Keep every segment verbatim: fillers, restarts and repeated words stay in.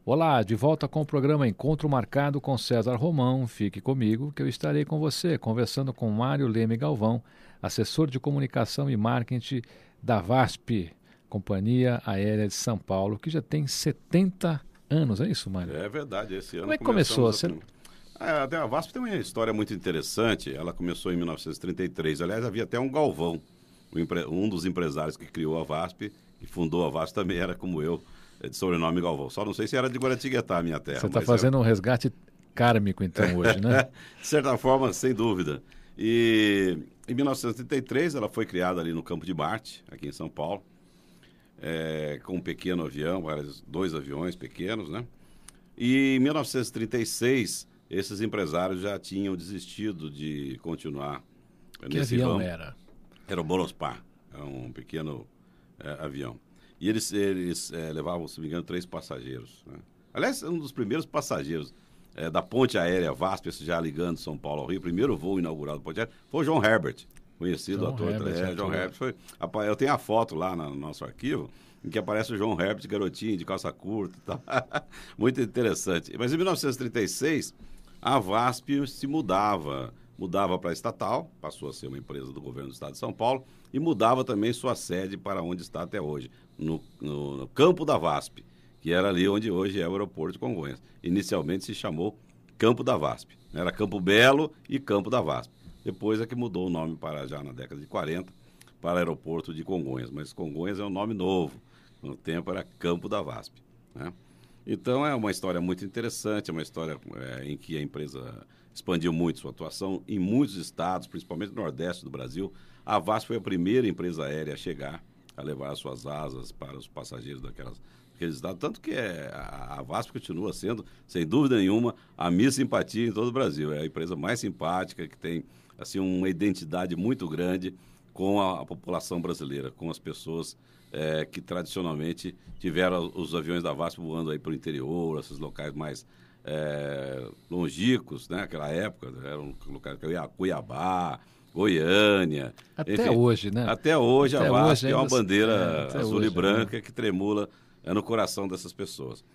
Olá, de volta com o programa Encontro Marcado com César Romão. Fique comigo que eu estarei com você, conversando com Mário Leme Galvão, assessor de comunicação e marketing da VASP, Companhia Aérea de São Paulo, que já tem setenta anos, é isso, Mário? É verdade, esse ano Como é que começou? começamos Você... A, a VASP tem uma história muito interessante. Ela começou em mil novecentos e trinta e três. Aliás, havia até um Galvão, um, empre... um dos empresários que criou a VASP, que fundou a VASP, também era como eu, de sobrenome Galvão. Só não sei se era de Guaratinguetá, a minha terra. Você está fazendo era... um resgate kármico, então, hoje, né? De certa forma, sem dúvida. E em mil novecentos e trinta e três, ela foi criada ali no Campo de Marte, aqui em São Paulo, é, com um pequeno avião, dois aviões pequenos, né? E em mil novecentos e trinta e seis, esses empresários já tinham desistido de continuar que nesse avião ramo. era? Era o Bolospar, é um pequeno é, avião. E eles, eles é, levavam, se não me engano, três passageiros, né? Aliás, um dos primeiros passageiros é, da ponte aérea VASP, já ligando São Paulo ao Rio, o primeiro voo inaugural da ponte aérea, foi o João Herbert, conhecido João ator. Herbert, é, João Herbert foi, eu tenho a foto lá no nosso arquivo, em que aparece o João Herbert, garotinho, de calça curta e tal. Muito interessante. Mas em mil novecentos e trinta e seis, a VASP se mudava, mudava para a estatal, passou a ser uma empresa do governo do estado de São Paulo, e mudava também sua sede para onde está até hoje, no, no, no campo da VASP, que era ali onde hoje é o aeroporto de Congonhas. Inicialmente se chamou Campo da VASP, era Campo Belo e Campo da VASP. Depois é que mudou o nome para já na década de quarenta, para aeroporto de Congonhas, mas Congonhas é um nome novo. No tempo era Campo da VASP, né? Então é uma história muito interessante, é uma história é, em que a empresa expandiu muito sua atuação em muitos estados, principalmente no Nordeste do Brasil. A VASP foi a primeira empresa aérea a chegar a levar as suas asas para os passageiros daquelas, daqueles estados, tanto que é, a, a VASP continua sendo, sem dúvida nenhuma, a Miss Simpatia em todo o Brasil. É a empresa mais simpática, que tem assim, uma identidade muito grande com a, a população brasileira, com as pessoas é, que tradicionalmente tiveram os aviões da VASP voando aí para o interior, esses locais mais é, longínquos, né? Naquela época, eram locais que eu ia Cuiabá, Goiânia. Até enfim, hoje, né? Até hoje até a VASP hoje é uma ainda... bandeira é, azul hoje, e branca né? que tremula é, no coração dessas pessoas.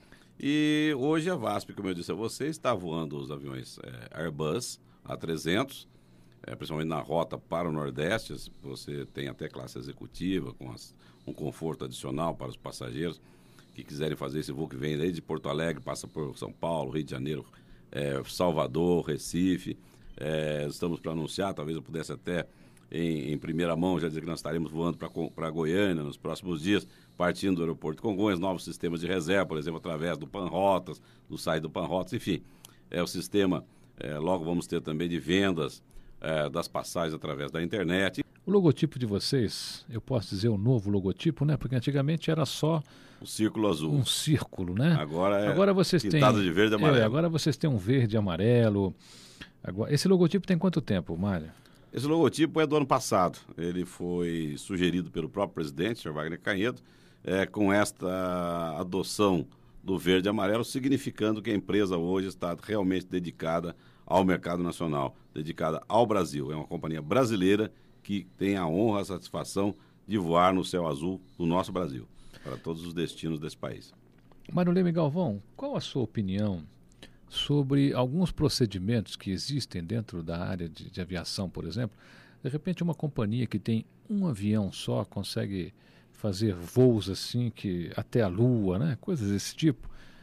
E hoje a VASP, como eu disse a você, está voando os aviões é, Airbus A trezentos, É, principalmente na rota para o Nordeste. Você tem até classe executiva, com as, um conforto adicional para os passageiros que quiserem fazer esse voo que vem desde Porto Alegre, passa por São Paulo, Rio de Janeiro, é, Salvador, Recife. É, estamos para anunciar, talvez eu pudesse até, em, em primeira mão, já dizer que nós estaremos voando para Goiânia nos próximos dias, partindo do aeroporto de Congonhas, novos sistemas de reserva, por exemplo, através do Panrotas, do site do Panrotas, enfim. É o sistema, é, logo vamos ter também de vendas É, das passagens através da internet. O logotipo de vocês, eu posso dizer o novo logotipo, né? Porque antigamente era só o círculo azul, um círculo, né? Agora é agora vocês pintado têm, de verde e amarelo. É, agora vocês têm um verde e amarelo. Agora, esse logotipo tem quanto tempo, Mário? Esse logotipo é do ano passado. Ele foi sugerido pelo próprio presidente, senhor Wagner Canhedo, é, com esta adoção do verde e amarelo, significando que a empresa hoje está realmente dedicada ao mercado nacional, dedicada ao Brasil. É uma companhia brasileira que tem a honra, a satisfação de voar no céu azul do nosso Brasil, para todos os destinos desse país. Mário Leme Galvão, qual a sua opinião sobre alguns procedimentos que existem dentro da área de, de aviação, por exemplo? De repente, uma companhia que tem um avião só consegue fazer voos assim, que até a Lua, né? Coisas desse tipo.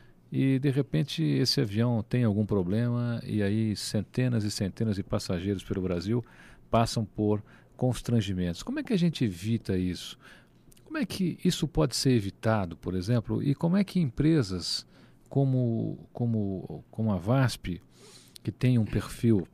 E, de repente, esse avião tem algum problema e aí centenas e centenas de passageiros pelo Brasil passam por constrangimentos. Como é que a gente evita isso? Como é que isso pode ser evitado, por exemplo? E como é que empresas como, como, como a VASP, que tem um perfil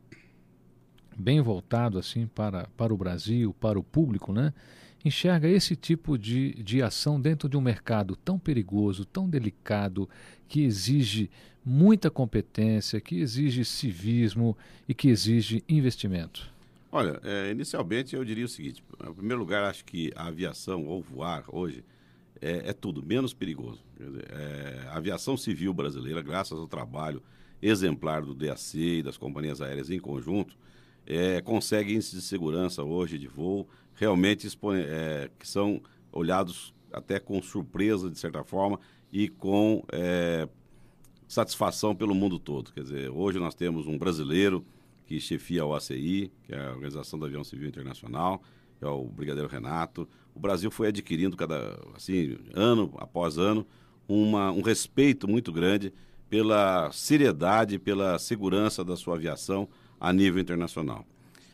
bem voltado assim para, para o Brasil, para o público, né? Enxerga esse tipo de, de ação dentro de um mercado tão perigoso, tão delicado, que exige muita competência, que exige civismo e que exige investimento? Olha, é, inicialmente eu diria o seguinte: em primeiro lugar, acho que a aviação ou voar hoje é, é tudo menos perigoso. Quer dizer, é, a aviação civil brasileira, graças ao trabalho exemplar do D A C e das companhias aéreas em conjunto, é, consegue índices de segurança hoje de voo realmente expone, é, que são olhados até com surpresa, de certa forma, e com é, satisfação pelo mundo todo. Quer dizer, hoje nós temos um brasileiro que chefia a O A C I, que é a Organização do Avião Civil Internacional, é o Brigadeiro Renato. O Brasil foi adquirindo, cada, assim, ano após ano, uma, um respeito muito grande pela seriedade, pela segurança da sua aviação a nível internacional.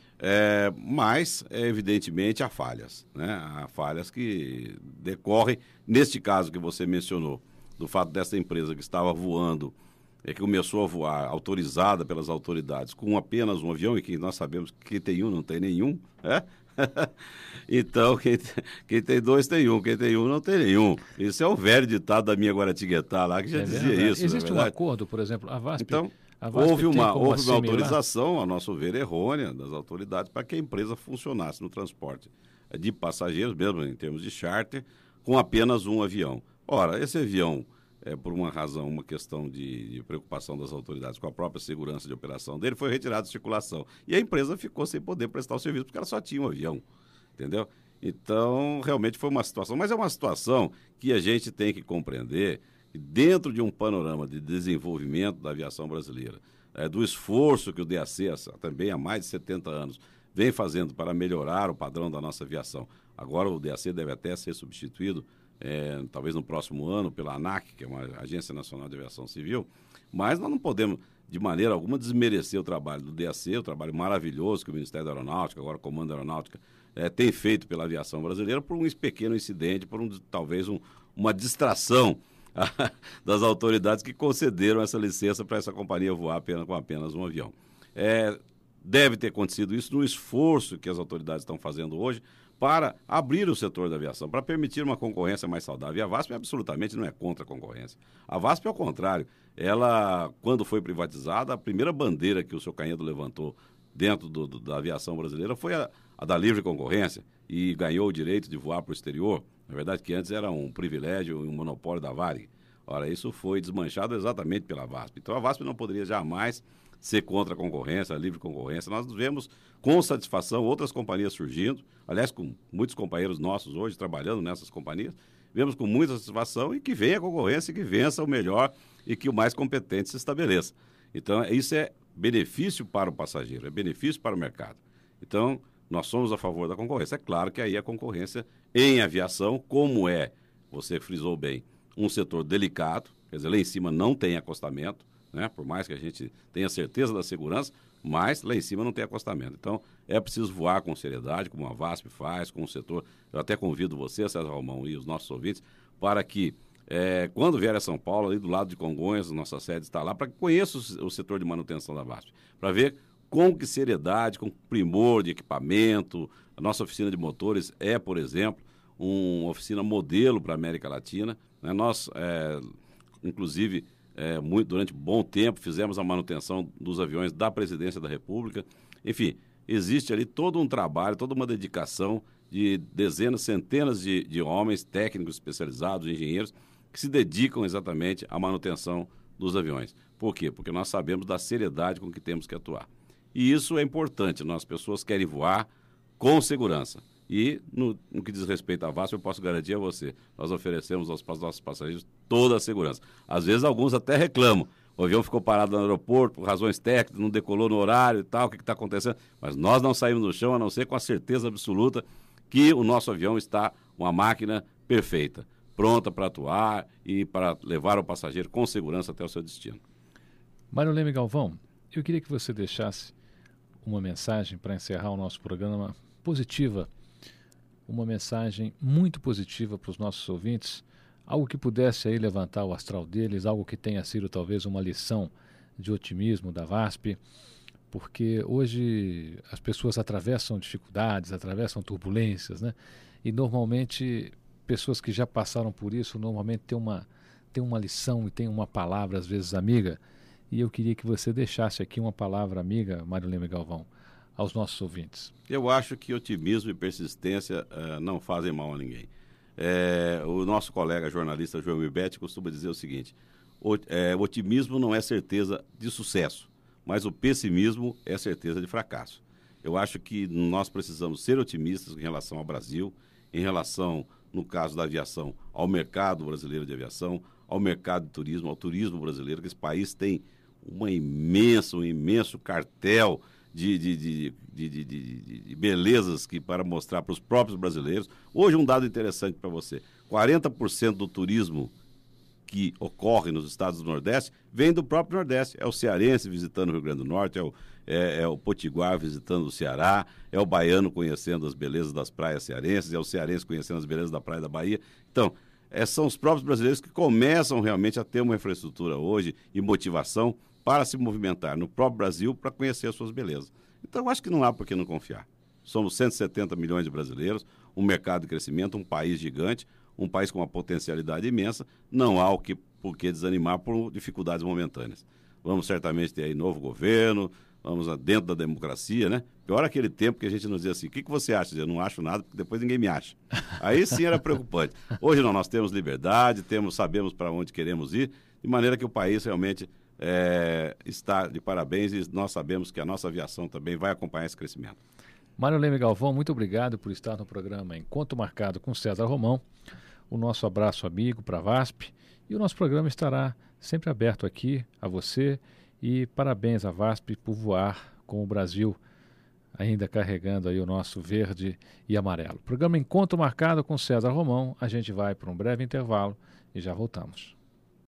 É, mas, é, evidentemente, há falhas, né? Há falhas que decorrem, neste caso que você mencionou, do fato dessa empresa que estava voando, é, que começou a voar autorizada pelas autoridades com apenas um avião, e que nós sabemos que quem tem um não tem nenhum, né? Então, quem, quem tem dois tem um, quem tem um não tem nenhum. Isso é o velho ditado da minha Guaratinguetá lá, que já É dizia verdade. isso. Existe não é um acordo, por exemplo, a VASP... Então, a VASP houve uma, como houve uma assimilar? autorização, a nosso ver, errônea das autoridades para que a empresa funcionasse no transporte de passageiros, mesmo em termos de charter, com apenas um avião. Ora, esse avião, é, por uma razão, uma questão de, de preocupação das autoridades com a própria segurança de operação dele, foi retirado de circulação. E a empresa ficou sem poder prestar o serviço, porque ela só tinha um avião, entendeu? Então, realmente foi uma situação, mas é uma situação que a gente tem que compreender que dentro de um panorama de desenvolvimento da aviação brasileira, é, do esforço que o D A C, também há mais de setenta anos, vem fazendo para melhorar o padrão da nossa aviação. Agora o D A C deve até ser substituído, é, talvez no próximo ano, pela ANAC, que é uma Agência Nacional de Aviação Civil, mas nós não podemos, de maneira alguma, desmerecer o trabalho do D A C, o trabalho maravilhoso que o Ministério da Aeronáutica, agora o Comando da Aeronáutica, é, tem feito pela aviação brasileira por um pequeno incidente, por um, talvez um, uma distração das autoridades que concederam essa licença para essa companhia voar apenas, com apenas um avião. É, deve ter acontecido isso no esforço que as autoridades estão fazendo hoje para abrir o setor da aviação, para permitir uma concorrência mais saudável. E a VASP absolutamente não é contra a concorrência. A VASP, ao contrário, ela, quando foi privatizada, a primeira bandeira que o seu Canedo levantou dentro do, do, da aviação brasileira foi a, a da livre concorrência, e ganhou o direito de voar para o exterior. Na verdade, que antes era um privilégio e um monopólio da Varig. Ora, isso foi desmanchado exatamente pela VASP. Então, a VASP não poderia jamais ser contra a concorrência, a livre concorrência. Nós vemos com satisfação outras companhias surgindo, aliás, com muitos companheiros nossos hoje trabalhando nessas companhias, vemos com muita satisfação, e que venha a concorrência, e que vença o melhor e que o mais competente se estabeleça. Então, isso é benefício para o passageiro, é benefício para o mercado. Então, nós somos a favor da concorrência. É claro que aí a concorrência em aviação, como é, você frisou bem, um setor delicado, quer dizer, lá em cima não tem acostamento, né? Por mais que a gente tenha certeza da segurança, mas lá em cima não tem acostamento. Então, é preciso voar com seriedade, como a VASP faz, com o setor. Eu até convido você, César Romão, e os nossos ouvintes, para que, é, quando vier a São Paulo, ali do lado de Congonhas, nossa sede está lá, para que conheça o, o setor de manutenção da VASP, para ver com que seriedade, com primor de equipamento. A nossa oficina de motores é, por exemplo, uma oficina modelo para a América Latina, né? Nós, é, inclusive, é, muito, durante um bom tempo, fizemos a manutenção dos aviões da Presidência da República. Enfim, existe ali todo um trabalho, toda uma dedicação de dezenas, centenas de, de homens, técnicos especializados, engenheiros, que se dedicam exatamente à manutenção dos aviões. Por quê? Porque nós sabemos da seriedade com que temos que atuar. E isso é importante, nós, as pessoas querem voar com segurança. E, no, no que diz respeito à VASP, eu posso garantir a você, nós oferecemos aos, aos nossos passageiros toda a segurança. Às vezes, alguns até reclamam. O avião ficou parado no aeroporto por razões técnicas, não decolou no horário e tal, o que está acontecendo? Mas nós não saímos do chão, a não ser com a certeza absoluta que o nosso avião está uma máquina perfeita, pronta para atuar e para levar o passageiro com segurança até o seu destino. Mário Leme Galvão, eu queria que você deixasse uma mensagem para encerrar o nosso programa positiva, uma mensagem muito positiva para os nossos ouvintes, algo que pudesse aí levantar o astral deles, algo que tenha sido talvez uma lição de otimismo da VASP, porque hoje as pessoas atravessam dificuldades, atravessam turbulências, né? E normalmente pessoas que já passaram por isso normalmente têm uma, têm uma lição e têm uma palavra às vezes amiga, e eu queria que você deixasse aqui uma palavra amiga, Mário Leme Galvão, aos nossos ouvintes. Eu acho que otimismo e persistência uh, não fazem mal a ninguém. É, o nosso colega jornalista João Mibete costuma dizer o seguinte: o, é, o otimismo não é certeza de sucesso, mas o pessimismo é certeza de fracasso. Eu acho que nós precisamos ser otimistas em relação ao Brasil, em relação, no caso da aviação, ao mercado brasileiro de aviação, ao mercado de turismo, ao turismo brasileiro, que esse país tem uma imensa, um imenso cartel de, de, de, de, de, de, de belezas que, para mostrar para os próprios brasileiros. Hoje, um dado interessante para você, quarenta por cento do turismo que ocorre nos estados do Nordeste vem do próprio Nordeste. É o cearense visitando o Rio Grande do Norte, é o, é, é o potiguar visitando o Ceará, é o baiano conhecendo as belezas das praias cearenses, é o cearense conhecendo as belezas da praia da Bahia. Então, é, são os próprios brasileiros que começam realmente a ter uma infraestrutura hoje e motivação para se movimentar no próprio Brasil para conhecer as suas belezas. Então, eu acho que não há por que não confiar. Somos cento e setenta milhões de brasileiros, um mercado de crescimento, um país gigante, um país com uma potencialidade imensa, não há o que, por que desanimar por dificuldades momentâneas. Vamos certamente ter aí novo governo, vamos dentro da democracia, né? Pior aquele tempo que a gente nos dizia assim, o que, que você acha? Eu não acho nada, porque depois ninguém me acha. Aí sim era preocupante. Hoje não, nós temos liberdade, temos, sabemos para onde queremos ir, de maneira que o país realmente é, está de parabéns e nós sabemos que a nossa aviação também vai acompanhar esse crescimento. Mário Leme Galvão, muito obrigado por estar no programa Encontro Marcado com César Romão. O nosso abraço amigo para a VASP e o nosso programa estará sempre aberto aqui a você e parabéns à VASP por voar com o Brasil, ainda carregando aí o nosso verde e amarelo. Programa Encontro Marcado com César Romão, a gente vai para um breve intervalo e já voltamos.